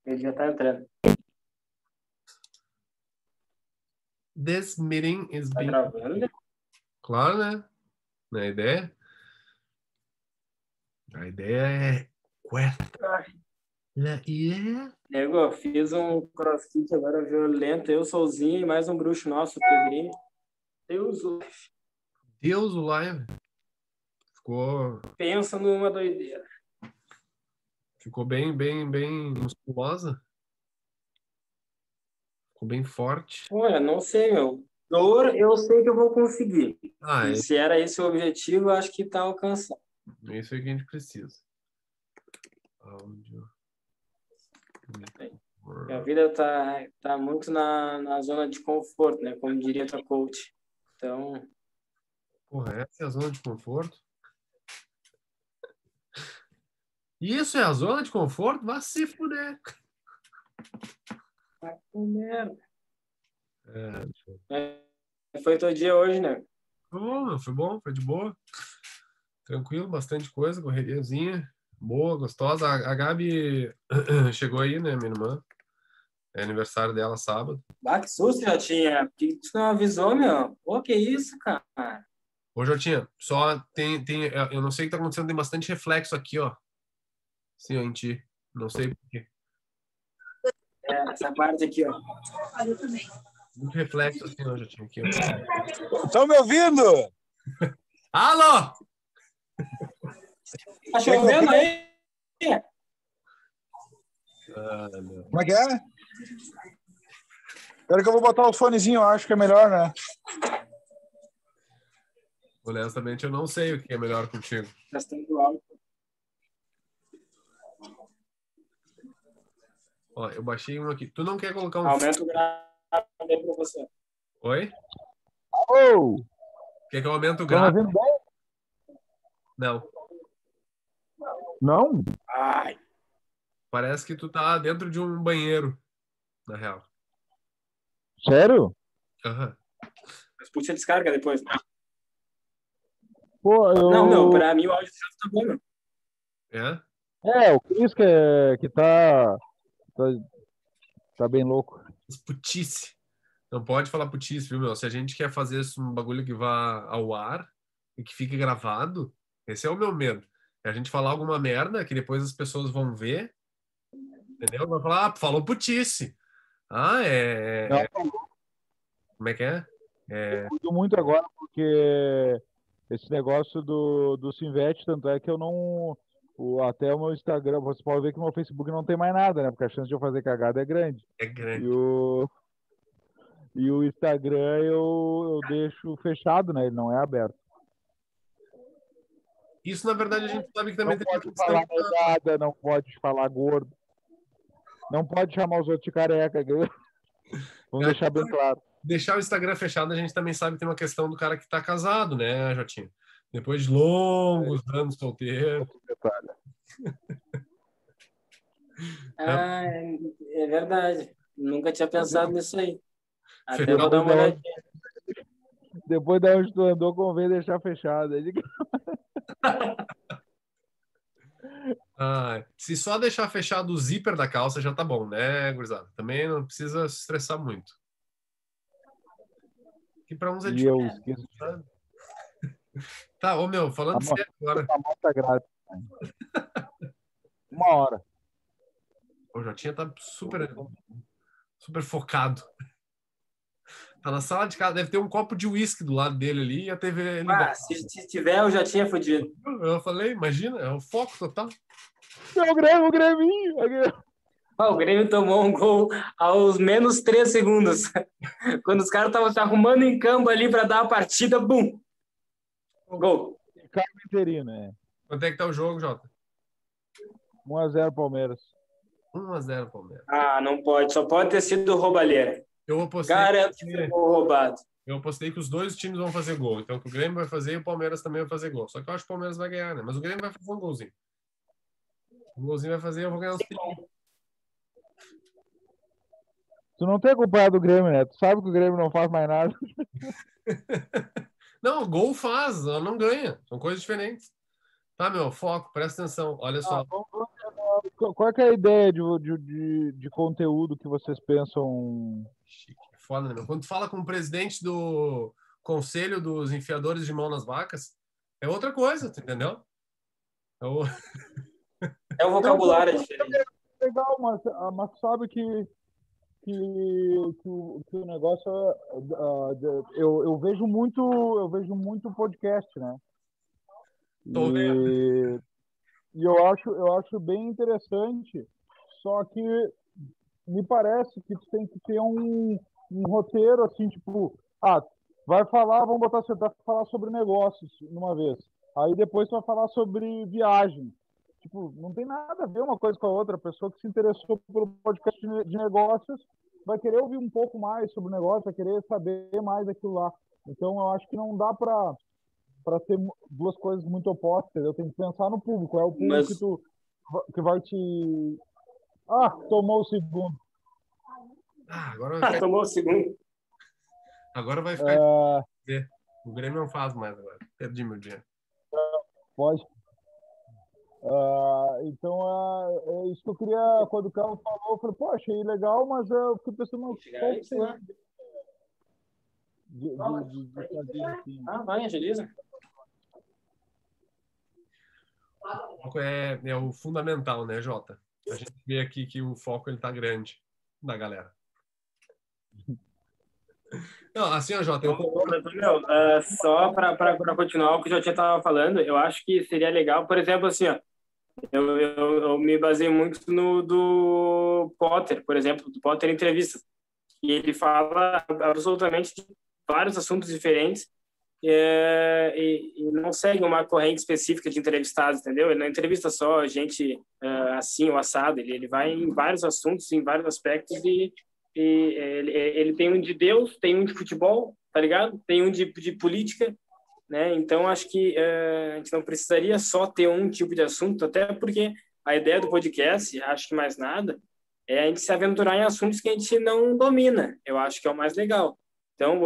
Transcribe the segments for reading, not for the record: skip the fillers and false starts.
Ele já tá entrando. This meeting is Tá being... gravando? Claro, né? A ideia? A ideia é... Nego, eu fiz um crossfit agora violento, eu sozinho e mais um bruxo nosso, o Pedrinho. Deus, Deus, o live. pensa numa doideira. Ficou bem musculosa. Ficou bem forte. Olha, não sei, meu. Dor, eu sei que eu vou conseguir. E se era esse o objetivo, eu acho que tá alcançado. É isso aí que a gente precisa. Áudio. Minha vida tá muito na zona de conforto, né? Como diria tua coach. Então... Porra, essa é a zona de conforto? Isso é a zona de conforto? Vai se fuder. Tá com merda. Foi teu dia hoje, né? Foi bom, foi de boa. Tranquilo, bastante coisa, correriazinha. Boa, gostosa. A Gabi chegou aí, né, minha irmã? É aniversário dela sábado. Ah, que susto já tinha. Que tu não avisou, meu? Pô, que isso, cara? Hoje eu tinha. Só tem. Eu não sei o que tá acontecendo, tem bastante reflexo aqui, ó. Sim, ó, em ti. Não sei por quê. Essa parte aqui, ó. Eu também. Muito reflexo assim, ó, já tinha aqui, ó. Estão me ouvindo? Alô! Tá chovendo aí? Como é que é? Espera que eu vou botar o fonezinho, eu acho que é melhor, né? Honestamente, eu não sei o que é melhor contigo. Gastando alto. Ó, eu baixei um aqui. Tu não quer colocar um... Aumenta o grave aí pra você. Oi? Oh! Quer que eu aumente o Estão me grave? ouvindo bem? Não. Não? Ai. Parece que tu tá dentro de um banheiro, na real. Sério? Aham. Mas puxa a descarga depois. Pô, Não, meu, pra mim o áudio já tá bom, meu. É? O Cris que tá bem louco. Putice. Não pode falar putice, viu, meu? Se a gente quer fazer um bagulho que vá ao ar e que fique gravado, esse é o meu medo. É a gente falar alguma merda que depois as pessoas vão ver, entendeu? Vai falar, falou putice. Não, Como é que é? eu cuido muito agora porque esse negócio do Sinvet, tanto é que eu não... até o meu Instagram, você pode ver que no meu Facebook não tem mais nada, né? Porque a chance de eu fazer cagada é grande. É grande. E o Instagram eu deixo fechado, né? Ele não é aberto. Isso, na verdade, a gente sabe que também Não tem uma pode questão... falar negada, não pode falar gordo. Não pode chamar os outros de careca. Vamos deixar bem claro. Deixar o Instagram fechado, a gente também sabe que tem uma questão do cara que tá casado, né, Jotinho? Depois de longos anos solteiro. É verdade. Nunca tinha pensado nisso aí. Até Fechar vou dar uma olhadinha. Depois da onde tu andou, convém deixar fechado. Se só deixar fechado o zíper da calça já tá bom, né, gurizada? Também não precisa se estressar muito. Que pra uns é E eu difícil. esqueço. Tá, ô meu, falando sério agora. A moto tá grátis. 1 hora. O Jotinha tá super focado. Tá na sala de casa, deve ter um copo de uísque do lado dele ali e a TV ligada. Se tiver, eu já tinha fodido. Eu falei, imagina, é o foco total. O Greminho. O Grêmio tomou um gol aos menos 3 segundos. Quando os caras estavam se arrumando em campo ali para dar a partida, bum! Gol. Carmo interino, né? Quanto é que tá o jogo, Jota? 1-0 Palmeiras. 1-0 Palmeiras. Não pode. Só pode ter sido roubalheira. Eu apostei Garanto que foi gol roubado. Eu apostei que os dois times vão fazer gol. Então, que o Grêmio vai fazer e o Palmeiras também vai fazer gol. Só que eu acho que o Palmeiras vai ganhar, né? Mas o Grêmio vai fazer um golzinho. O golzinho vai fazer e eu vou ganhar uns 30. Tu não tem culpado do Grêmio, né? Tu sabe que o Grêmio não faz mais nada. Não, o gol faz, ela não ganha. São coisas diferentes. Tá, meu, foco, presta atenção. Olha só. qual é que é a ideia de conteúdo que vocês pensam? Chique. Foda, né, meu? Quando tu fala com o presidente do Conselho dos Enfiadores de Mão nas Vacas, é outra coisa, tu entendeu? É o... É o Não, vocabulário diferente. legal, mas sabe que o negócio eu vejo muito podcast, né? Tô vendo. E eu acho bem interessante, só que me parece que tu tem que ter um roteiro assim, tipo, vamos botar você vai falar sobre negócios numa vez. Aí depois tu vai falar sobre viagem. Tipo, não tem nada a ver uma coisa com a outra. A pessoa que se interessou pelo podcast de negócios vai querer ouvir um pouco mais sobre o negócio, vai querer saber mais daquilo lá. Então, eu acho que não dá para ter duas coisas muito opostas. Eu tenho que pensar no público. É o público Mas que vai te... Ah, tomou o segundo. Agora vai ficar... tomou o segundo. Agora vai ficar... O Grêmio não faz mais agora. Perdi meu dinheiro. Pode. Então, é isso que eu queria... Quando o Carlos falou, eu falei, pô, achei legal, mas eu fiquei pensando, qual seria de fazer assim. Vai, agiliza. O foco é o fundamental, né, Jota? A gente vê aqui que o foco ele tá grande da galera. Não, assim, ó, Jota, só para continuar o que o Jotinha estava falando, eu acho que seria legal, por exemplo, assim, ó, eu me baseio muito no do Potter, por exemplo, do Potter Entrevistas, e ele fala absolutamente de vários assuntos diferentes e não segue uma corrente específica de entrevistados, entendeu? Ele não entrevista só gente assim ou assado, ele vai em vários assuntos, em vários aspectos e ele tem um de Deus, tem um de futebol, tá ligado? Tem um de política, né? Então acho que a gente não precisaria só ter um tipo de assunto, até porque a ideia do podcast, acho que mais nada, é a gente se aventurar em assuntos que a gente não domina. Eu acho que é o mais legal. Então,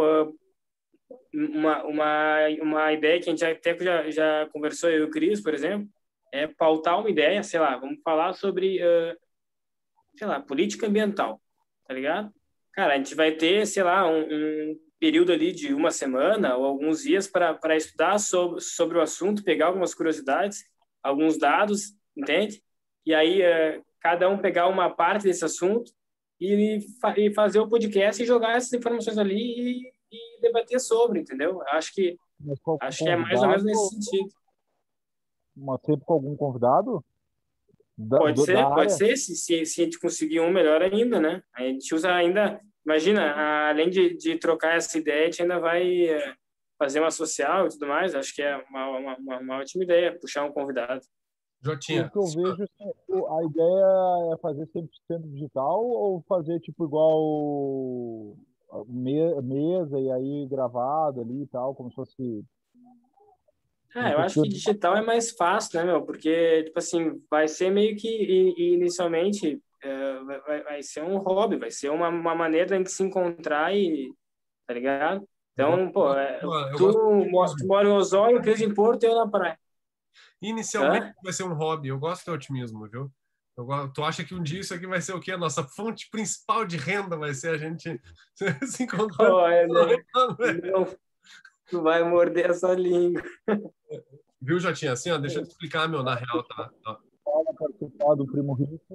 uma ideia que a gente até já conversou, eu e o Cris, por exemplo, é pautar uma ideia, sei lá, vamos falar sobre, sei lá, política ambiental, tá ligado? Cara, a gente vai ter, sei lá, um período ali de uma semana ou alguns dias para estudar sobre o assunto, pegar algumas curiosidades, alguns dados, entende? E aí cada um pegar uma parte desse assunto e fazer o podcast e jogar essas informações ali e debater sobre, entendeu? Acho que é mais ou menos nesse sentido. Mas sempre com algum convidado? Pode área? ser, se a gente conseguir um, melhor ainda, né? A gente usa ainda, imagina, além de trocar essa ideia, a gente ainda vai fazer uma social e tudo mais, acho que é uma ótima ideia, puxar um convidado. Jotinha. O que eu vejo, a ideia é fazer 100% digital ou fazer tipo igual mesa e aí gravado ali e tal, como se fosse... Eu acho que digital é mais fácil, né, meu? Porque, tipo assim, vai ser meio que, inicialmente, vai ser um hobby, vai ser uma maneira de a gente se encontrar tá ligado? Então, pô, tu mora em Osório, o Cris em Porto e eu na praia. Inicialmente vai ser um hobby, eu gosto do otimismo, viu? Tu acha que um dia isso aqui vai ser o quê? A nossa fonte principal de renda vai ser a gente se encontrar? Não, tu vai morder a sua língua. Viu, Jotinha? Assim, ó, deixa eu te explicar, meu, na real, tá? Participar do Primo Rico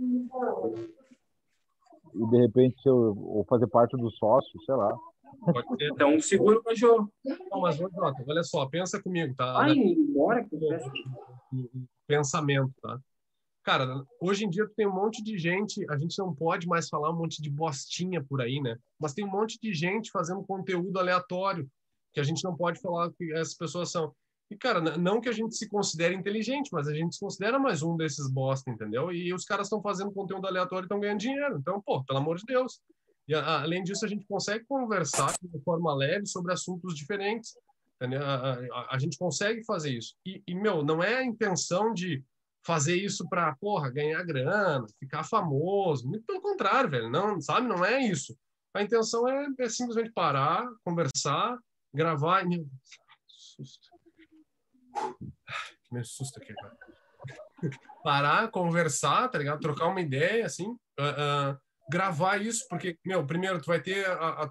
e de repente eu fazer parte do sócio, sei lá. Pode ser. Então, segura o cachorro. Não, mas, Jota, olha só, pensa comigo, tá? Vai embora. Pensamento, tá? Cara, hoje em dia tem um monte de gente, a gente não pode mais falar um monte de bostinha por aí, né? Mas tem um monte de gente fazendo conteúdo aleatório, que a gente não pode falar que essas pessoas são. E, cara, não que a gente se considere inteligente, mas a gente se considera mais um desses bosta, entendeu? E os caras estão fazendo conteúdo aleatório e estão ganhando dinheiro. Então, pô, pelo amor de Deus. E, além disso, a gente consegue conversar de forma leve sobre assuntos diferentes. Entendeu? A gente consegue fazer isso. E, meu, não é a intenção de fazer isso para, porra, ganhar grana, ficar famoso. Muito pelo contrário, velho. Não, sabe? Não é isso. A intenção é simplesmente parar, conversar, gravar. Meu Deus, susto. Me assusta aqui, cara. parar, conversar, tá ligado? Trocar uma ideia, assim, gravar isso, porque, meu, primeiro, tu vai ter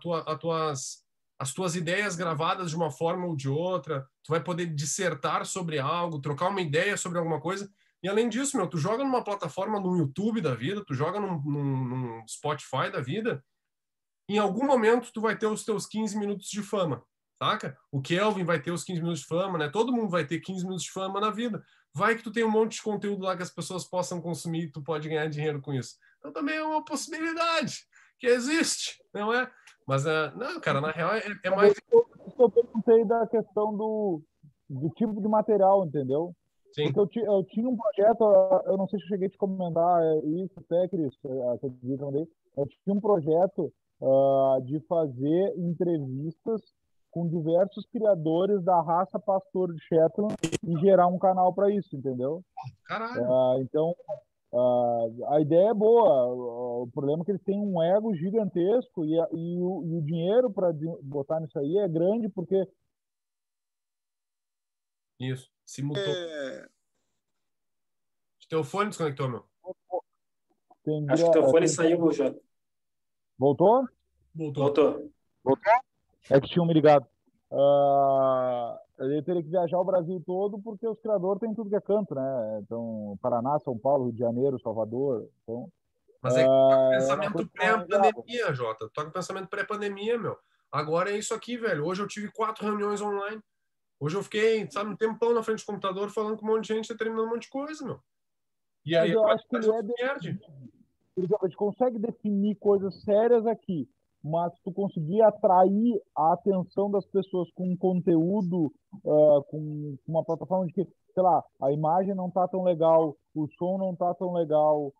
as tuas ideias gravadas de uma forma ou de outra, tu vai poder dissertar sobre algo, trocar uma ideia sobre alguma coisa, e além disso, meu, tu joga numa plataforma, no YouTube da vida, tu joga num Spotify da vida, em algum momento tu vai ter os teus 15 minutos de fama, saca? O Kelvin vai ter os 15 minutos de fama, né? Todo mundo vai ter 15 minutos de fama na vida. Vai que tu tem um monte de conteúdo lá que as pessoas possam consumir e tu pode ganhar dinheiro com isso. Então também é uma possibilidade que existe, não é? Mas, não, cara, na real é mais... Eu perguntei da questão do tipo de material, entendeu? Sim. Porque eu tinha um projeto, eu não sei se eu cheguei a te comentar isso até, Cris, eu tinha um projeto de fazer entrevistas com diversos criadores da raça pastor de Shetland e gerar um canal para isso, entendeu? Caralho. Então, a ideia é boa. O problema é que eles têm um ego gigantesco e o dinheiro para botar nisso aí é grande porque... Isso, se mutou. Teu fone desconectou, meu. Acho que teu fone saiu, já. Voltou? Voltou. É que tinham me ligado. Eu teria que viajar o Brasil todo porque os criadores têm tudo que é canto, né? Então, Paraná, São Paulo, Rio de Janeiro, Salvador. Então, mas é que toca pensamento pré-pandemia, Jota. Toca pensamento pré-pandemia, meu. Agora é isso aqui, velho. Hoje eu tive 4 reuniões online. Hoje eu fiquei, sabe, um tempão na frente do computador falando com um monte de gente, terminando um monte de coisa, meu. E aí, eu acho que ele a gente consegue definir coisas sérias aqui, mas tu conseguir atrair a atenção das pessoas com um conteúdo, com uma plataforma de que, sei lá, a imagem não tá tão legal, o som não tá tão legal,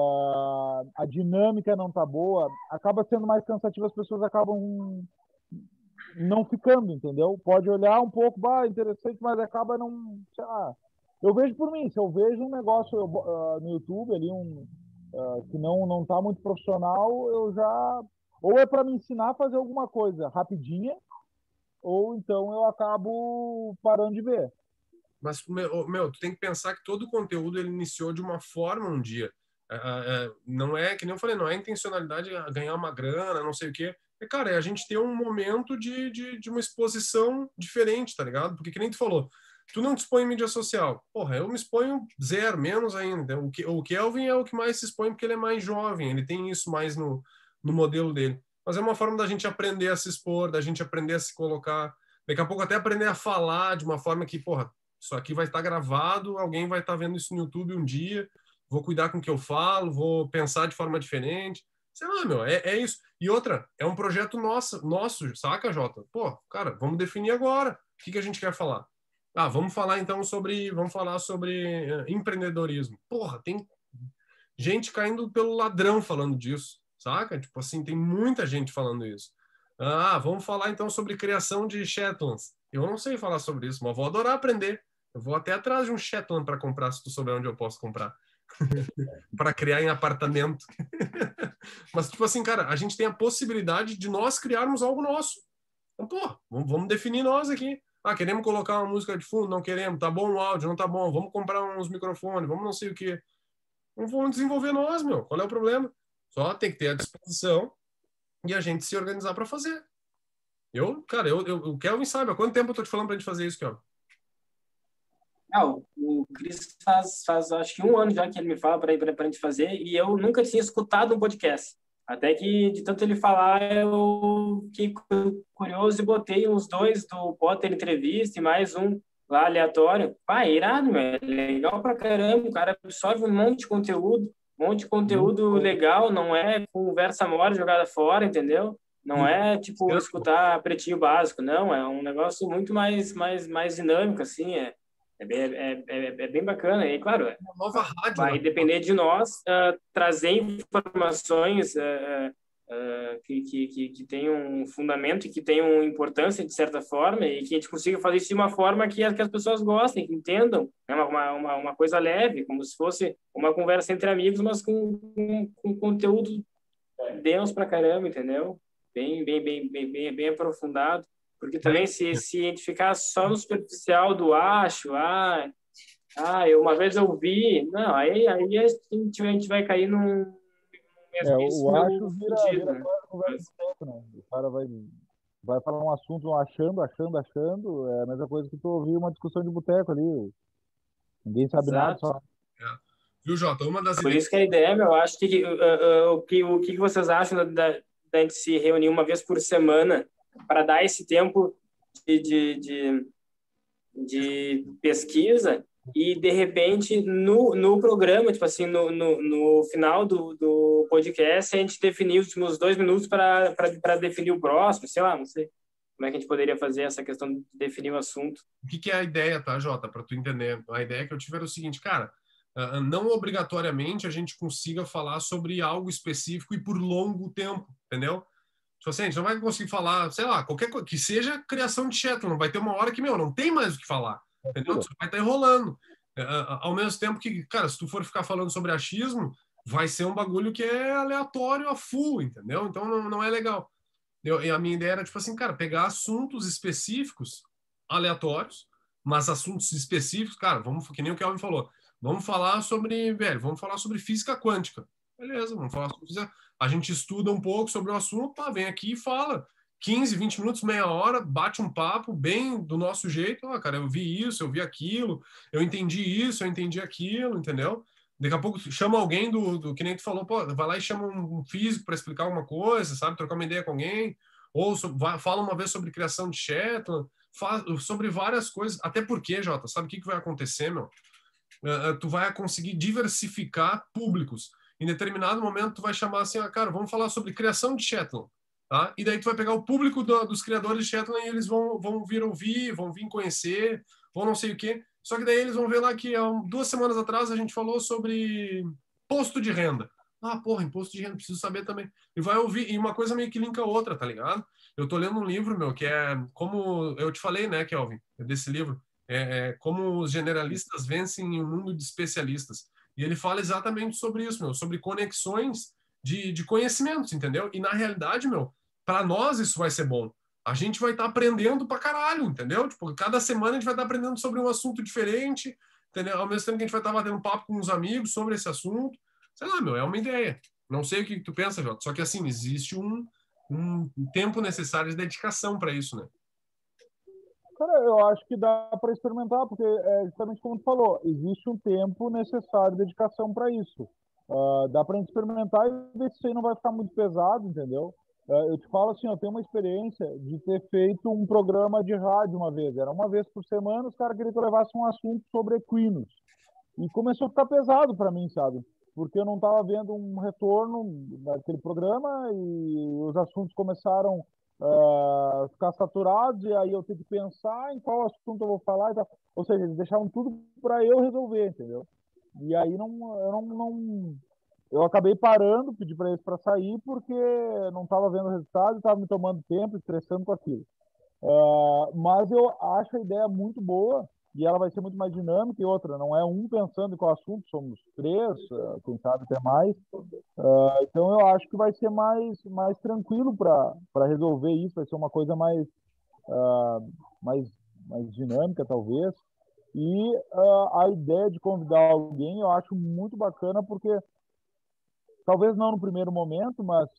a dinâmica não tá boa, acaba sendo mais cansativo, as pessoas acabam não ficando, entendeu? Pode olhar um pouco, interessante, mas acaba não, sei lá. Eu vejo por mim, se eu vejo um negócio no YouTube ali, que não tá muito profissional, eu já... Ou é para me ensinar a fazer alguma coisa rapidinha, ou então eu acabo parando de ver. Mas, meu, tu tem que pensar que todo o conteúdo ele iniciou de uma forma um dia. Não é, que nem eu falei, não é intencionalidade ganhar uma grana, não sei o quê. Cara, é a gente ter um momento de uma exposição diferente, tá ligado? Porque que nem tu falou, tu não te expõe em mídia social. Porra, eu me exponho zero, menos ainda. O Kelvin é o que mais se expõe porque ele é mais jovem, ele tem isso mais no modelo dele. Mas é uma forma da gente aprender a se expor, da gente aprender a se colocar, daqui a pouco até aprender a falar de uma forma que, porra, isso aqui vai estar gravado, alguém vai estar vendo isso no YouTube um dia, vou cuidar com o que eu falo, vou pensar de forma diferente. Sei lá, meu, é isso. E outra, é um projeto nosso, saca, Jota? Pô, cara, vamos definir agora. O que a gente quer falar? Vamos falar então vamos falar sobre empreendedorismo. Porra, tem gente caindo pelo ladrão falando disso, saca? Tipo assim, tem muita gente falando isso. Vamos falar então sobre criação de Shetlands. Eu não sei falar sobre isso, mas vou adorar aprender. Eu vou até atrás de um Shetland para comprar, se tu souber onde eu posso comprar. Para criar em apartamento. Mas, tipo assim, cara, a gente tem a possibilidade de nós criarmos algo nosso. Então, pô, vamos definir nós aqui. Queremos colocar uma música de fundo? Não queremos. Tá bom o áudio? Não tá bom. Vamos comprar uns microfones, vamos não sei o quê. Vamos desenvolver nós, meu. Qual é o problema? Só tem que ter a disposição e a gente se organizar para fazer. Cara, o Kelvin sabe há quanto tempo eu tô te falando pra gente fazer isso, Kelvin? O Cris faz acho que 1 ano já que ele me fala para a gente fazer e eu nunca tinha escutado um podcast. Até que, de tanto ele falar, eu fiquei curioso e botei uns 2 do Potter Entrevista e mais um lá aleatório. Irado, meu. É legal pra caramba. O cara absorve um monte de conteúdo legal. Não é conversa mole jogada fora, entendeu? Não é, tipo, escutar Pretinho Básico. Não, é um negócio muito mais dinâmico, assim. É bem bacana. E, claro, uma nova rádio, vai depender de nós trazer informações que tenham um fundamento e que tenham importância, de certa forma, e que a gente consiga fazer isso de uma forma que as pessoas gostem, que entendam. É uma coisa leve, como se fosse uma conversa entre amigos, mas com conteúdo denso pra caramba, entendeu? Bem aprofundado. Porque também se a gente ficar só no superficial do Uma vez eu vi. Não, aí a gente vai cair num O acho mesmíssimo fudido, vira né? quase conversa de tempo, né? O cara vai falar um assunto achando, é a mesma coisa que tu ouvir uma discussão de boteco ali. Ninguém sabe nada, Exato. só. É. Viu, Jota? Uma das Por ideias. isso que a ideia, meu, eu acho que o que vocês acham da gente se reunir uma vez por semana para dar esse tempo de, de, de, de pesquisa e, de repente, no programa, tipo assim, no final do podcast, a gente definir os últimos 2 minutos para definir o próximo, sei lá, não sei como é que a gente poderia fazer essa questão de definir o assunto. O que é a ideia, tá, Jota? Para tu entender. A ideia que eu tive era o seguinte, cara, não obrigatoriamente a gente consiga falar sobre algo específico e por longo tempo, entendeu? Tipo assim, a gente não vai conseguir falar, sei lá, qualquer coisa, que seja criação de Shetland, vai ter uma hora que, meu, não tem mais o que falar, entendeu? Tu vai estar enrolando. Ao mesmo tempo que, cara, se tu for ficar falando sobre achismo, vai ser um bagulho que é aleatório a full, entendeu? Então não é legal. E a minha ideia era, tipo assim, cara, pegar assuntos específicos, aleatórios, mas assuntos específicos, cara, vamos, que nem o Kelvin falou, vamos falar sobre, velho, vamos falar sobre física quântica. Beleza, vamos falar sobre física. A gente estuda um pouco sobre o assunto, pá, vem aqui e fala. 15, 20 minutos, meia hora, bate um papo bem do nosso jeito. Ah, cara, eu vi isso, eu vi aquilo, eu entendi isso, eu entendi aquilo, entendeu? Daqui a pouco chama alguém do que nem tu falou, pô, vai lá e chama um físico para explicar alguma coisa, sabe? Trocar uma ideia com alguém. Ou fala uma vez sobre criação de Shetland, sobre várias coisas. Até porque, Jota, sabe o que vai acontecer, meu? Tu vai conseguir diversificar públicos. Em determinado momento, tu vai chamar assim, cara, vamos falar sobre criação de Shetland. Tá? E daí tu vai pegar o público dos criadores de Shetland e eles vão vir ouvir, vão vir conhecer, vão não sei o quê. Só que daí eles vão ver lá que há 2 semanas atrás a gente falou sobre imposto de renda. Ah, porra, imposto de renda, preciso saber também. E vai ouvir, e uma coisa meio que linka a outra, tá ligado? Eu tô lendo um livro, meu, que é como eu te falei, né, Kelvin, desse livro, como os generalistas vencem em um mundo de especialistas. E ele fala exatamente sobre isso, meu, sobre conexões de conhecimentos, entendeu? E na realidade, meu, para nós isso vai ser bom. A gente vai estar aprendendo pra caralho, entendeu? Tipo, cada semana a gente vai estar aprendendo sobre um assunto diferente, entendeu? Ao mesmo tempo que a gente vai estar batendo papo com uns amigos sobre esse assunto. Sei lá, meu, é uma ideia. Não sei o que tu pensa, Jota. Só que assim, existe um tempo necessário de dedicação para isso, né? Cara, eu acho que dá para experimentar, porque é justamente como tu falou, existe um tempo necessário de dedicação para isso. Dá para experimentar e ver se isso aí não vai ficar muito pesado, entendeu? Eu te falo assim, eu tenho uma experiência de ter feito um programa de rádio uma vez. Era uma vez por semana, os caras queriam que eu levasse um assunto sobre equinos. E começou a ficar pesado para mim, sabe? Porque eu não estava vendo um retorno daquele programa e os assuntos começaram a ficar saturados e aí eu tenho que pensar em qual assunto eu vou falar e tal. Ou seja, eles deixavam tudo para eu resolver, entendeu? E aí eu acabei parando, pedi para eles para sair porque não estava vendo o resultado, estava me tomando tempo, estressando com aquilo. Mas eu acho a ideia muito boa e ela vai ser muito mais dinâmica. E outra, não é um pensando em qual assunto, somos três, quem sabe até mais. Então eu acho que vai ser mais tranquilo para resolver isso, vai ser uma coisa mais, mais dinâmica, talvez. E a ideia de convidar alguém eu acho muito bacana, porque talvez não no primeiro momento, mas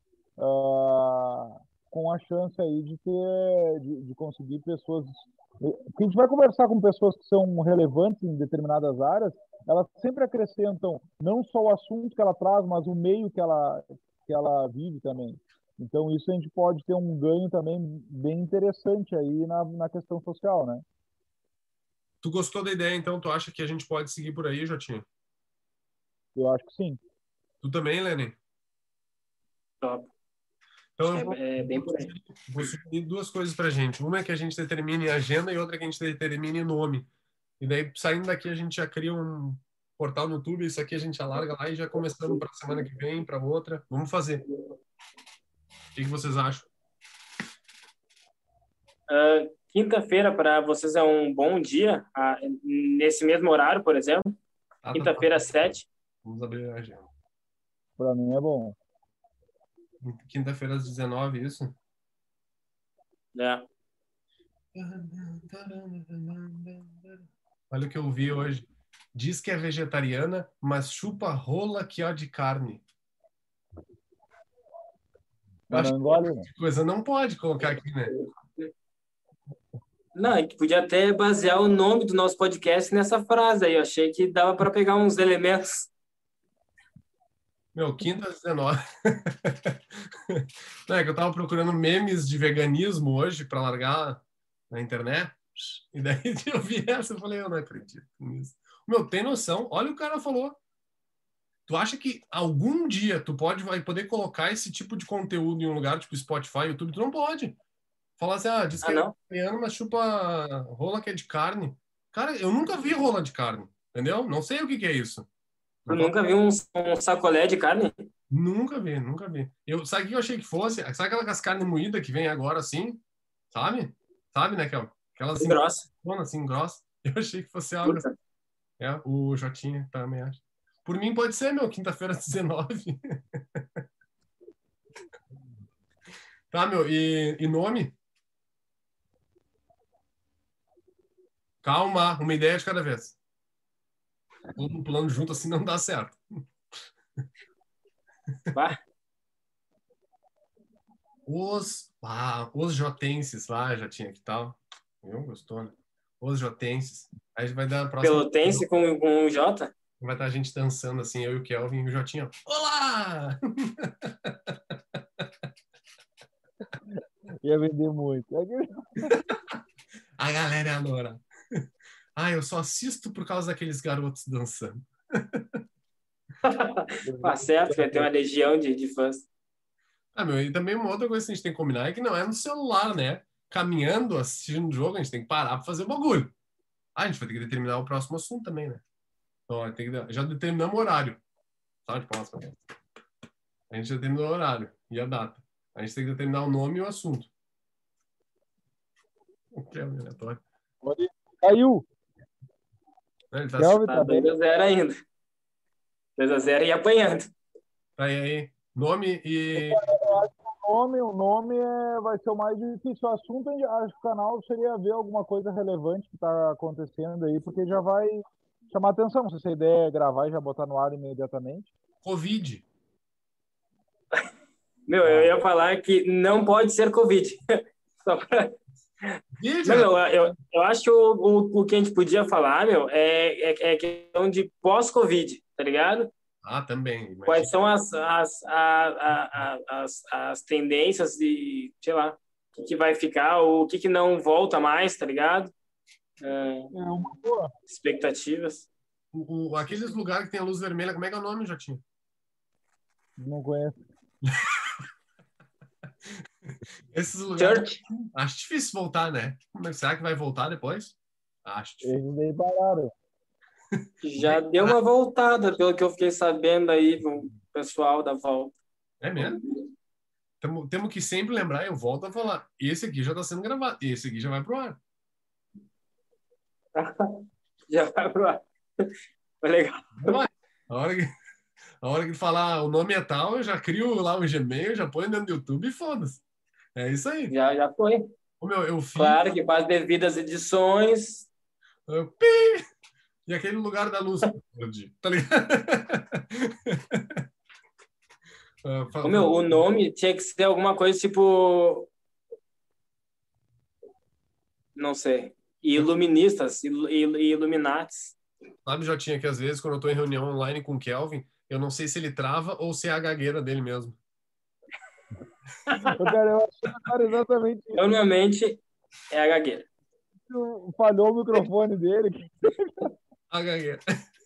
com a chance aí de conseguir pessoas. Porque a gente vai conversar com pessoas que são relevantes em determinadas áreas, elas sempre acrescentam não só o assunto que ela traz, mas o meio que ela vive também. Então, isso a gente pode ter um ganho também bem interessante aí na questão social, né? Tu gostou da ideia, então tu acha que a gente pode seguir por aí, Jotinho? Eu acho que sim. Tu também, Lenny? Top. Então Acho que é bem por aí. vou sugerir duas coisas pra gente. Uma é que a gente determine a agenda e outra é que a gente determine nome. E daí, saindo daqui, a gente já cria um portal no YouTube. Isso aqui a gente alarga lá e já começamos para semana que vem, para outra. Vamos fazer. O que vocês acham? Quinta-feira para vocês é um bom dia, nesse mesmo horário, por exemplo. Quinta-feira, às 7. Vamos abrir a agenda. Para mim é bom. Quinta-feira, às 19, isso? É. Olha o que eu vi hoje. Diz que é vegetariana, mas chupa rola que ó de carne. Eu Mas acho não engole, né? que coisa não pode colocar aqui, né? Não, é que podia até basear o nome do nosso podcast nessa frase aí. Eu achei que dava para pegar uns elementos. Meu, quinta às 19. Não, é que eu tava procurando memes de veganismo hoje para largar na internet. E daí eu vi essa e falei, eu não acredito nisso. Meu, tem noção? Olha o cara falou. Tu acha que algum dia tu vai poder colocar esse tipo de conteúdo em um lugar tipo Spotify, YouTube? Tu não pode. Falar assim, diz que Ah, é não? vegetariano, mas chupa rola que é de carne. Cara, eu nunca vi rola de carne, entendeu? Não sei o que é isso. Tu Não faço. nunca viu um sacolé de carne? Nunca vi, nunca vi. Sabe o que eu achei que fosse? Sabe aquelas carnes moídas que vem agora assim? Sabe? Sabe, né? Aquelas assim, Grossa. assim, grossa. Eu achei que fosse algo assim. Puta. O Jotinha também acha. Por mim pode ser, meu, quinta-feira às 19. Tá, meu, e nome? Calma, uma ideia de cada vez. Todo mundo pulando junto assim não dá certo. Bah. Os jotenses lá, já tinha que tal. Viu? Gostou, né? Os jotenses. Aí vai dar a próxima. Pelotense com um J? Vai estar a gente dançando assim, eu e o Kelvin e o Jotinha. Olá! Ia vender muito. A galera adora. Eu só assisto por causa daqueles garotos dançando. Tá certo, vai ter uma legião de fãs. Meu, e também uma outra coisa que a gente tem que combinar é que não é no celular, né? Caminhando, assistindo o jogo, a gente tem que parar para fazer o bagulho. A gente vai ter que determinar o próximo assunto também, né? Então, já determinamos o horário. Tá? A gente já determinou o horário e a data. A gente tem que determinar o nome e o assunto. O que é aleatório? Caiu. Ele tá Kelvin, Tá tá bem? 2-0 ainda. 2-0 e apanhando. Tá aí. Nome e... O nome vai ser o mais difícil. O assunto, acho que o canal seria ver alguma coisa relevante que está acontecendo aí, porque já vai chamar atenção. Não sei se a ideia é gravar e já botar no ar imediatamente. Covid. Meu, eu ia falar que não pode ser Covid. Só pra... Veja. Não, eu acho que o que a gente podia falar, meu, é questão de pós-Covid, tá ligado? Também. Imagina. Quais são as tendências de, sei lá, o que vai ficar, o que não volta mais, tá ligado? Uma boa. Expectativas. Aqueles lugares que tem a luz vermelha, como é que é o nome, Jotinho? Não conheço. Esses lugares. Church. Acho difícil voltar, né? Será que vai voltar depois? Acho difícil. Eles daí pararam. Já deu uma voltada, pelo que eu fiquei sabendo aí do pessoal da volta. É mesmo? Temos que sempre lembrar, eu volto a falar. Esse aqui já está sendo gravado. Esse aqui já vai pro ar. Já vai pro ar. Foi legal. Vai. A hora que falar o nome é tal, eu já crio lá o Gmail, já põe dentro do YouTube e foda-se. É isso aí. Já foi. Eu fiz. Claro que com as devidas edições. E aquele lugar da luz. Tá ligado? O nome tinha que ser alguma coisa tipo. Não sei. Iluministas, Illuminatis. Sabe, Jotinha, que às vezes, quando eu tô em reunião online com o Kelvin, eu não sei se ele trava ou se é a gagueira dele mesmo. Cara, eu acho exatamente isso. Normalmente é a gagueira. Falhou o microfone dele. A gagueira.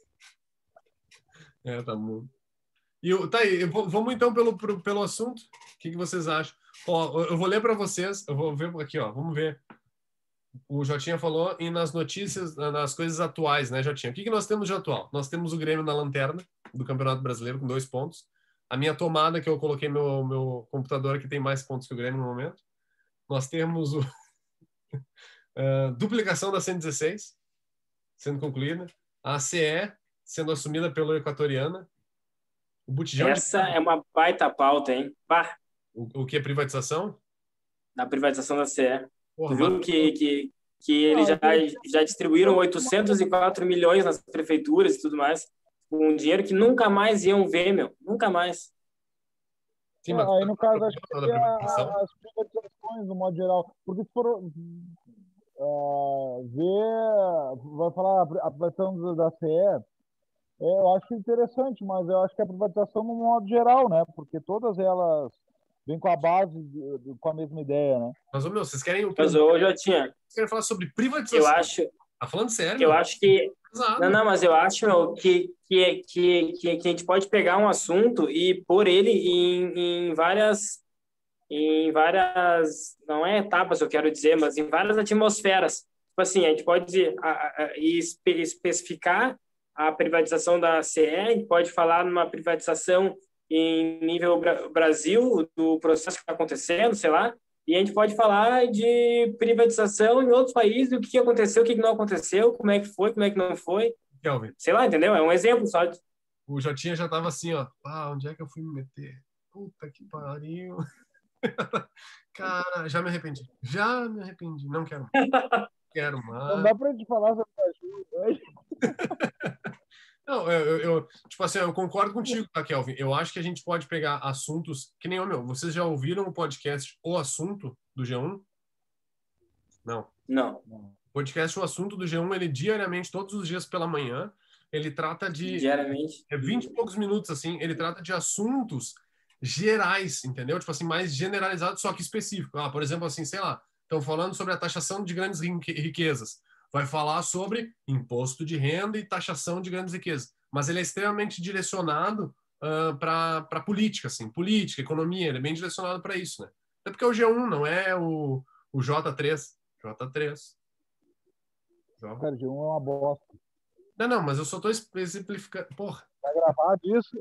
Tá bom. Tá aí, vamos então pelo assunto. O que vocês acham? Ó, eu vou ler para vocês, eu vou ver aqui, ó, vamos ver. O Jotinha falou e nas notícias, nas coisas atuais, né, Jotinha? O que nós temos de atual? Nós temos o Grêmio na lanterna do Campeonato Brasileiro com 2 pontos. A minha tomada, que eu coloquei meu computador aqui, tem mais pontos que o Grêmio no momento. Nós temos duplicação da 116 sendo concluída. A CE sendo assumida pela Equatoriana. O botijão Essa é uma baita pauta, hein? Pá. O que é privatização? Da privatização da CE. Porra, Tu viu que que eles já distribuíram 804 milhões nas prefeituras e tudo mais, com dinheiro que nunca mais iam ver, meu, nunca mais. Sim, mas Aí, no caso, acho que da seria privatização. as privatizações, no modo geral. Porque se for ver, vai falar a privatização da CE, eu acho interessante, mas eu acho que a privatização no modo geral, né? Porque todas elas vêm com a base, com a mesma ideia, né? Mas, ô, meu, vocês querem o quê? Mas eu já tinha, Vocês querem falar sobre eu privatização? acho, Tá falando sério, eu meu? acho que Pesado. não, mas eu acho, meu, que a gente pode pegar um assunto e pôr ele em várias, não é etapas, eu quero dizer, mas em várias atmosferas. Tipo assim, a gente pode dizer, especificar a privatização da CE, a gente pode falar numa privatização em nível Brasil, do processo que está acontecendo, sei lá, e a gente pode falar de privatização em outros países, o que aconteceu, o que não aconteceu, como é que foi, como é que não foi, Kelvin, sei lá, entendeu? É um exemplo só. o Jotinha já tava assim, ó. Ah, onde é que eu fui me meter? Puta que pariu. Cara, já me arrependi. Já me arrependi. Não quero mais. Quero Não mais. dá pra gente falar sobre a hoje. Não, tipo assim, eu concordo contigo, tá, Kelvin? Eu acho que a gente pode pegar assuntos que nem o meu. Vocês já ouviram o podcast O Assunto do G1? Não. Não, O podcast O Assunto do G1, ele diariamente, todos os dias pela manhã, ele trata de diariamente. 20 e poucos minutos, assim, ele trata de assuntos gerais, entendeu? Tipo assim, mais generalizados, só que específico. Ah, por exemplo, assim, sei lá, estão falando sobre a taxação de grandes riquezas. Vai falar sobre imposto de renda e taxação de grandes riquezas. Mas ele é extremamente direcionado para política, assim, política, economia, ele é bem direcionado para isso, né? Até porque é o G1, não é o J3. J3. Cara, G1 é uma bosta. Não, mas eu só tô exemplificando. Porra. Vai gravar disso?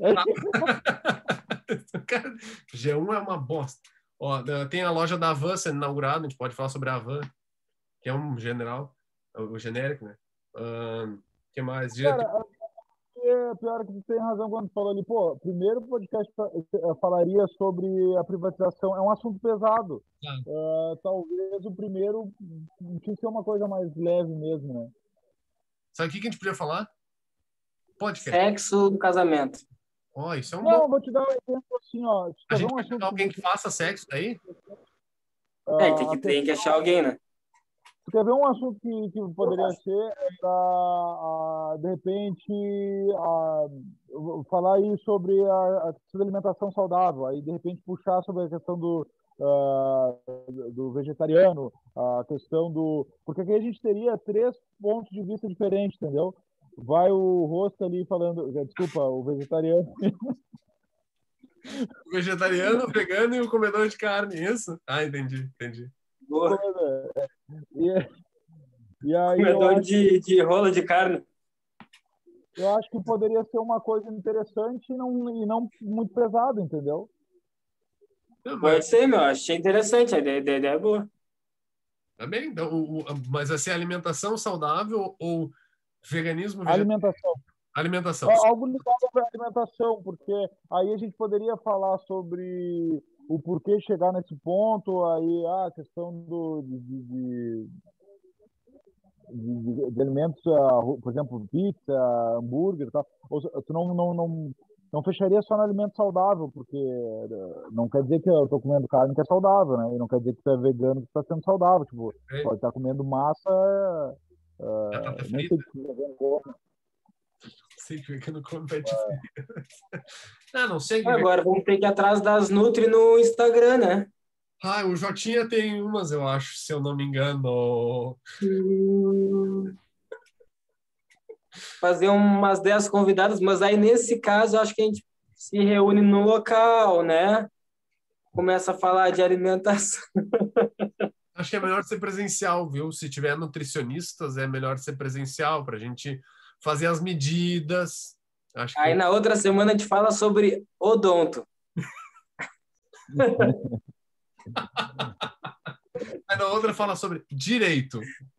Cara, G1 é uma bosta. Ó, tem a loja da Havan sendo inaugurada, a gente pode falar sobre a Havan, que é um general, o genérico, né? Que mais? Cara, pior que tu tem razão quando tu falou ali, pô, primeiro o podcast falaria sobre a privatização, é um assunto pesado. Talvez o primeiro tinha que ser uma coisa mais leve mesmo, né? Sabe o que a gente podia falar? Podcast. Sexo do casamento. Ó, isso é um Não, bom. vou te dar um exemplo assim, ó. A gente vai pegar alguém que faça sexo daí? Tem que achar alguém, né? Tu quer ver um assunto que poderia ser de repente, falar aí sobre a questão da alimentação saudável, aí de repente puxar sobre a questão do vegetariano, a questão do... Porque aqui a gente teria 3 pontos de vista diferentes, entendeu? Vai o rosto ali falando, desculpa, o vegetariano. O vegetariano, o vegano e o comedor de carne, isso? Ah, entendi. Boa. E aí Comedor de rola de carne. eu acho que poderia ser uma coisa interessante e não muito pesado, entendeu? Pode ser, meu. Achei interessante. A ideia é boa. Tá bem, então, mas vai ser alimentação saudável ou veganismo Alimentação. Alimentação. Algo ligado à alimentação, porque aí a gente poderia falar sobre o porquê chegar nesse ponto, aí a questão de alimentos, por exemplo, pizza, hambúrguer e tal. Tu não fecharia só no alimento saudável, porque não quer dizer que eu tô comendo carne que é saudável, né? E não quer dizer que tu é vegano que tu tá sendo saudável. Tipo, pode estar comendo massa, Batata nem frita. sei o que vegano come. Sei que vegano come pé de frita. Não sei. Agora vamos ter que ir atrás das Nutri no Instagram, né? O Jotinha tem umas, eu acho, se eu não me engano. Fazer umas 10 convidadas, mas aí nesse caso eu acho que a gente se reúne no local, né? Começa a falar de alimentação. Acho que é melhor ser presencial, viu? Se tiver nutricionistas, é melhor ser presencial para a gente fazer as medidas. Acho que Aí na outra semana a gente fala sobre odonto. Aí na outra fala sobre direito.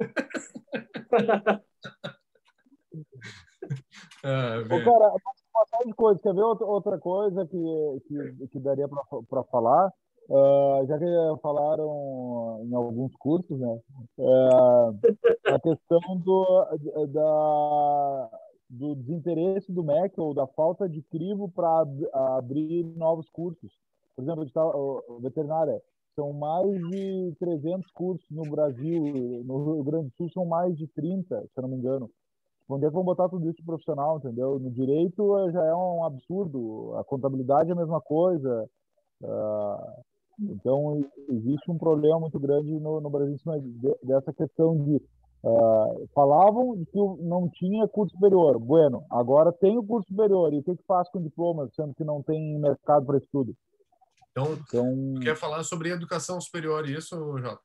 Cara, uma série de coisas. Quer ver outra coisa que daria para falar? Já que falaram em alguns cursos, né? A questão do desinteresse do MEC ou da falta de crivo para abrir novos cursos. Por exemplo, veterinária, são mais de 300 cursos no Brasil, no Rio Grande do Sul são mais de 30, se eu não me engano. Onde é que vão botar tudo isso profissional, entendeu? No direito já é um absurdo, a contabilidade é a mesma coisa. Então, existe um problema muito grande no Brasil em cima dessa questão de falavam que não tinha curso superior. Bueno, agora tem o curso superior. E o que faz com o diploma, sendo que não tem mercado para estudo? Então, tu quer falar sobre educação superior, isso, Jota?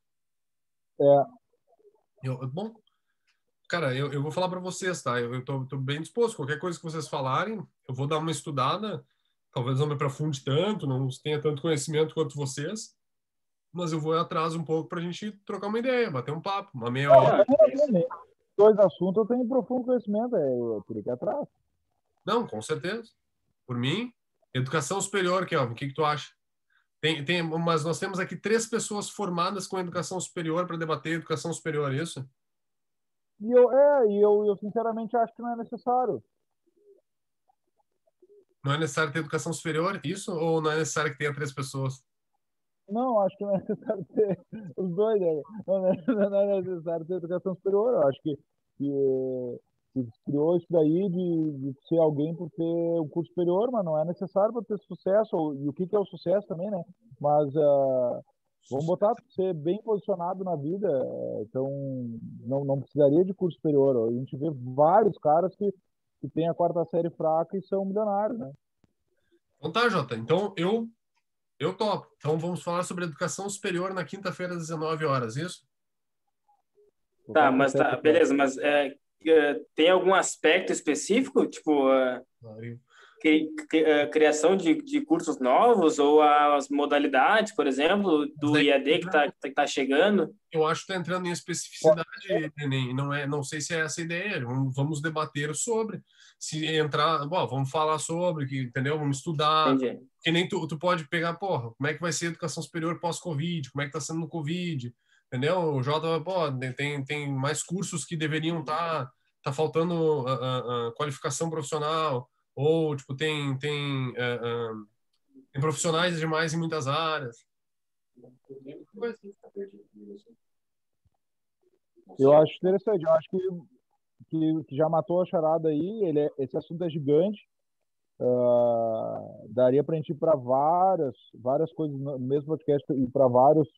Bom, cara, eu vou falar para vocês, tá? Eu tô bem disposto. Qualquer coisa que vocês falarem, eu vou dar uma estudada. Talvez não me aprofunde tanto, não tenha tanto conhecimento quanto vocês, mas eu vou atrás um pouco para a gente trocar uma ideia, bater um papo, uma meia hora. Dois assuntos eu tenho profundo conhecimento, eu teria que ir atrás. Não, com certeza. Por mim, educação superior, Kelvin, o que tu acha? Mas nós temos aqui 3 pessoas formadas com educação superior para debater educação superior, isso? E eu sinceramente acho que não é necessário. Não é necessário ter educação superior, isso? Ou não é necessário que tenha 3 pessoas? Não, acho que não é necessário ter os dois. Né? Não é necessário ter educação superior. Eu acho que se criou isso daí de ser alguém por ter um curso superior, mas não é necessário para ter sucesso. E o que é o sucesso também, né? Mas vamos botar para ser bem posicionado na vida. Então, não precisaria de curso superior. A gente vê vários caras que têm a 4ª série fraca e são milionários, né? Então tá, Jota. Então eu topo. Então vamos falar sobre educação superior na quinta-feira às 19 horas, isso? Tá, mas tá, beleza, mas tem algum aspecto específico, tipo criação de cursos novos ou as modalidades, por exemplo, do IAD que tá chegando? Eu acho que está entrando em especificidade, Neném. Não sei se é essa a ideia. Vamos debater sobre. Se entrar, bom, vamos falar sobre, entendeu? Vamos estudar. Entendi. Que nem tu pode pegar, porra, como é que vai ser a educação superior pós-Covid? Como é que está sendo no Covid? Entendeu? O Jota, pô, tem mais cursos que deveriam tá faltando qualificação profissional, ou, tipo, tem profissionais demais em muitas áreas. Eu acho interessante, eu acho que já matou a charada aí, esse assunto é gigante, daria para a gente ir para várias coisas no mesmo podcast e para vários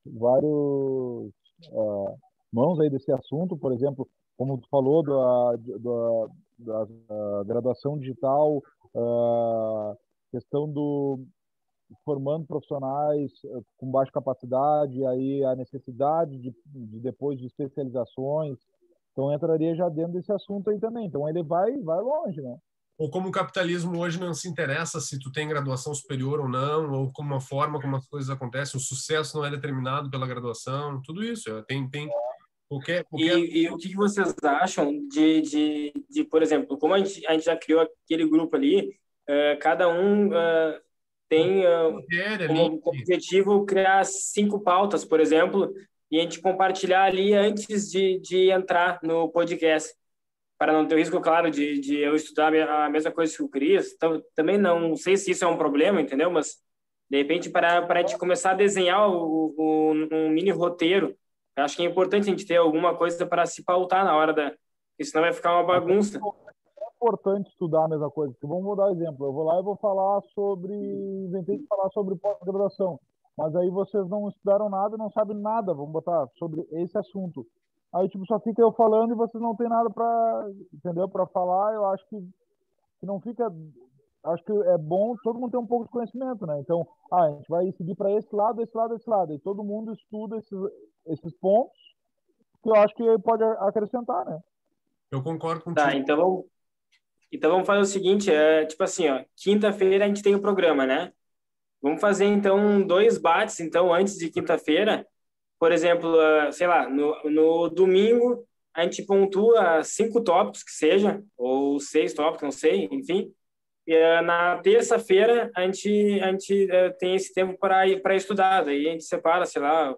mãos aí desse assunto, por exemplo, como tu falou da graduação digital, questão do formando profissionais com baixa capacidade, aí a necessidade de depois de especializações, então entraria já dentro desse assunto aí também, então ele vai longe, né? Ou como o capitalismo hoje não se interessa se tu tem graduação superior ou não, ou como a forma como as coisas acontecem, o sucesso não é determinado pela graduação, tudo isso. Tem qualquer... E o que vocês acham de, por exemplo, como a gente já criou aquele grupo ali, cada um tem como objetivo criar 5 pautas, por exemplo, e a gente compartilhar ali antes de entrar no podcast, para não ter o risco, claro, de eu estudar a mesma coisa que o Cris. Então, também não sei se isso é um problema, entendeu? Mas, de repente, para a gente começar a desenhar um mini roteiro, eu acho que é importante a gente ter alguma coisa para se pautar na hora porque senão vai ficar uma bagunça. É importante estudar a mesma coisa, porque vamos dar exemplo. Eu vou lá e vou falar inventei de falar sobre pós-graduação, mas aí vocês não estudaram nada, não sabem nada, vamos botar sobre esse assunto. Aí, tipo, só fica eu falando e vocês não tem nada para, entendeu? Para falar. Eu acho que não fica. Acho que é bom todo mundo ter um pouco de conhecimento, né? Então, a gente vai seguir para esse lado, esse lado, esse lado. E todo mundo estuda esses pontos que eu acho que pode acrescentar, né? Eu concordo contigo. Tá, então vamos fazer o seguinte, tipo assim, ó, quinta-feira a gente tem o programa, né? Vamos fazer, então, 2 bates, então, antes de quinta-feira. Por exemplo, sei lá, no domingo a gente pontua 5 tópicos que seja, ou 6 tópicos, não sei, enfim. na terça-feira a gente tem esse tempo para estudar. Daí a gente separa, sei lá,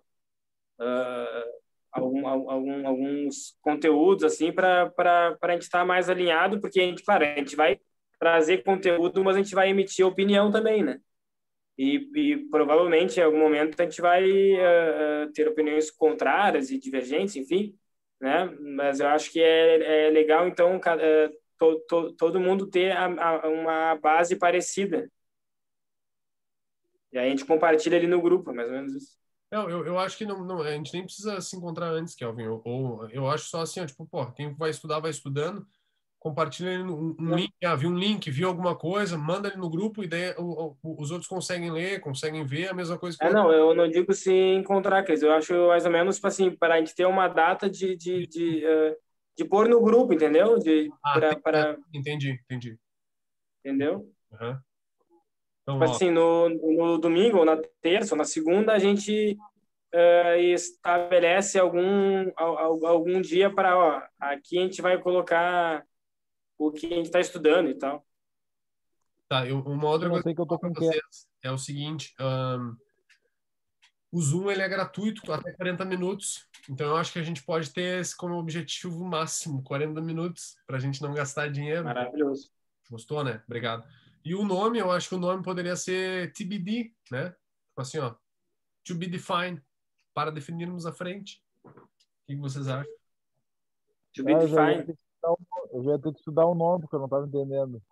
alguns conteúdos assim para a gente estar mais alinhado, porque claro, a gente vai trazer conteúdo, mas a gente vai emitir opinião também, né? E provavelmente em algum momento a gente vai ter opiniões contrárias e divergentes, enfim, né? Mas eu acho que é legal então todo mundo ter uma base parecida. E aí a gente compartilha ali no grupo, mais ou menos isso. Eu acho que a gente nem precisa se encontrar antes, Kelvin. Ou eu acho só assim, ó, tipo, pô, quem vai estudar, vai estudando, compartilha ali um link, viu um link, viu alguma coisa, manda ali no grupo e daí os outros conseguem ler, conseguem ver a mesma coisa que Não, eu não digo se encontrar, Cris. Eu acho mais ou menos, tipo assim, para a gente ter uma data de pôr no grupo, entendeu? Entendi. Entendeu? Uhum. Então, Tipo assim, no domingo, ou na terça, ou na segunda, a gente estabelece algum dia para, ó, aqui a gente vai colocar o que a gente está estudando e tal. tá, uma outra Eu coisa sei que eu tô para com vocês é o seguinte, o Zoom ele é gratuito até 40 minutos, então eu acho que a gente pode ter esse como objetivo máximo, 40 minutos, para a gente não gastar dinheiro. Maravilhoso. Gostou, né? Obrigado. E o nome, eu acho que o nome poderia ser TBD, né? Tipo assim, ó, to be defined, para definirmos à frente. O que vocês acham? To be defined. Eu já ia ter que estudar o nome, porque eu não estava entendendo.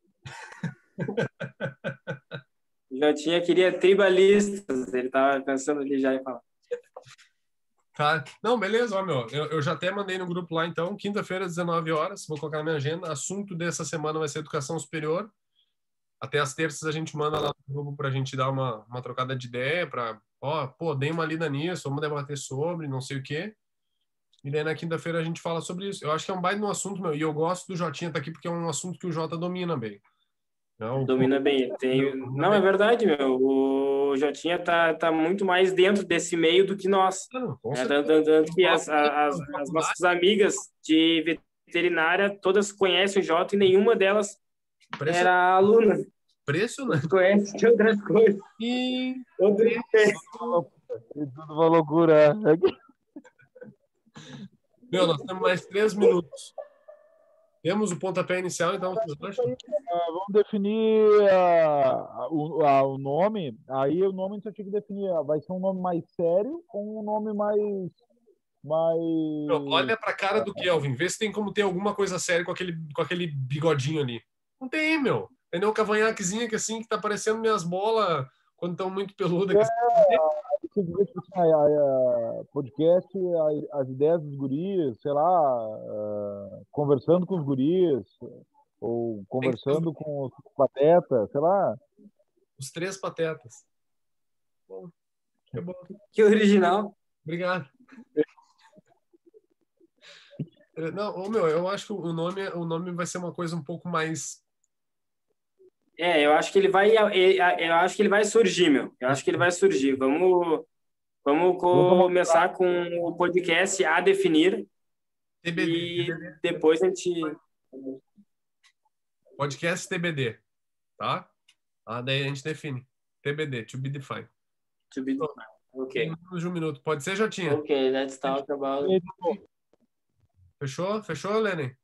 Já queria tribalistas, ele tava pensando ali já em falar. Tá. Não, beleza, ó, meu. Eu já até mandei no grupo lá, então, quinta-feira, 19 horas, vou colocar na minha agenda. Assunto dessa semana vai ser educação superior. Até as terças a gente manda lá no grupo pra gente dar uma trocada de ideia, pra, ó, pô, dei uma lida nisso, vamos debater sobre, não sei o quê. E daí na quinta-feira a gente fala sobre isso. Eu acho que é um baita no assunto, meu, e eu gosto do Jotinha estar aqui porque é um assunto que o Jota domina bem. Não, Domina bem. Não, é verdade, meu. O Jotinha tá muito mais dentro desse meio do que nós. Tanto que as nossas amigas de veterinária todas conhecem o Jota e nenhuma delas era aluna. Impressionante. Conhece de outras coisas. E... Tudo uma loucura. Meu, nós temos mais 3 minutos. Temos o pontapé inicial, então. Vamos definir o nome. Aí o nome a gente só tinha que definir. Vai ser um nome mais sério ou um nome mais. Olha pra cara do Kelvin, vê se tem como ter alguma coisa séria com aquele bigodinho ali. Não tem, meu. Entendeu? O cavanhaquezinho que assim, que tá parecendo minhas bolas quando estão muito peludas. Podcast, as ideias dos guris, sei lá, conversando com os guris, ou conversando com os patetas, sei lá. Os 3 patetas. Bom, que bom. Que original. Obrigado. Não, meu, eu acho que o nome vai ser uma coisa um pouco mais. Eu acho que ele vai surgir, meu. Eu acho que ele vai surgir. Vamos começar com o podcast a definir. TBD. E depois a gente. Podcast TBD, tá? Daí a gente define. TBD, to be defined. To be defined. Ok. Menos de um minuto. Pode ser, Jotinha? Ok, let's talk about. Fechou? Fechou, Lenny?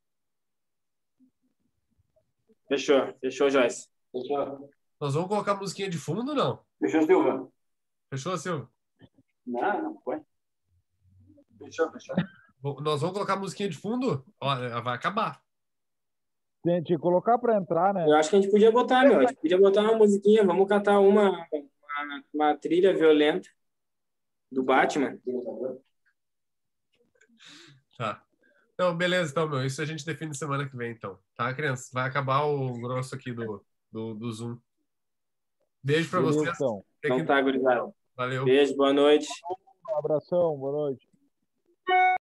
Fechou, Joyce. Fechou. Nós vamos colocar musiquinha de fundo ou não? Fechou, Silva. Fechou, Silva? Não foi. Fechou. Nós vamos colocar musiquinha de fundo? Ó, vai acabar. Tem que colocar para entrar, né? Eu acho que a gente podia botar, meu. A gente podia botar uma musiquinha. Vamos catar uma trilha violenta do Batman. Tá. Então, beleza, então, meu. Isso a gente define semana que vem, então. Tá, criança? Vai acabar o grosso aqui do Zoom. Beijo pra vocês. Então tá, gurizada. Valeu. Beijo, boa noite. Um abração, boa noite.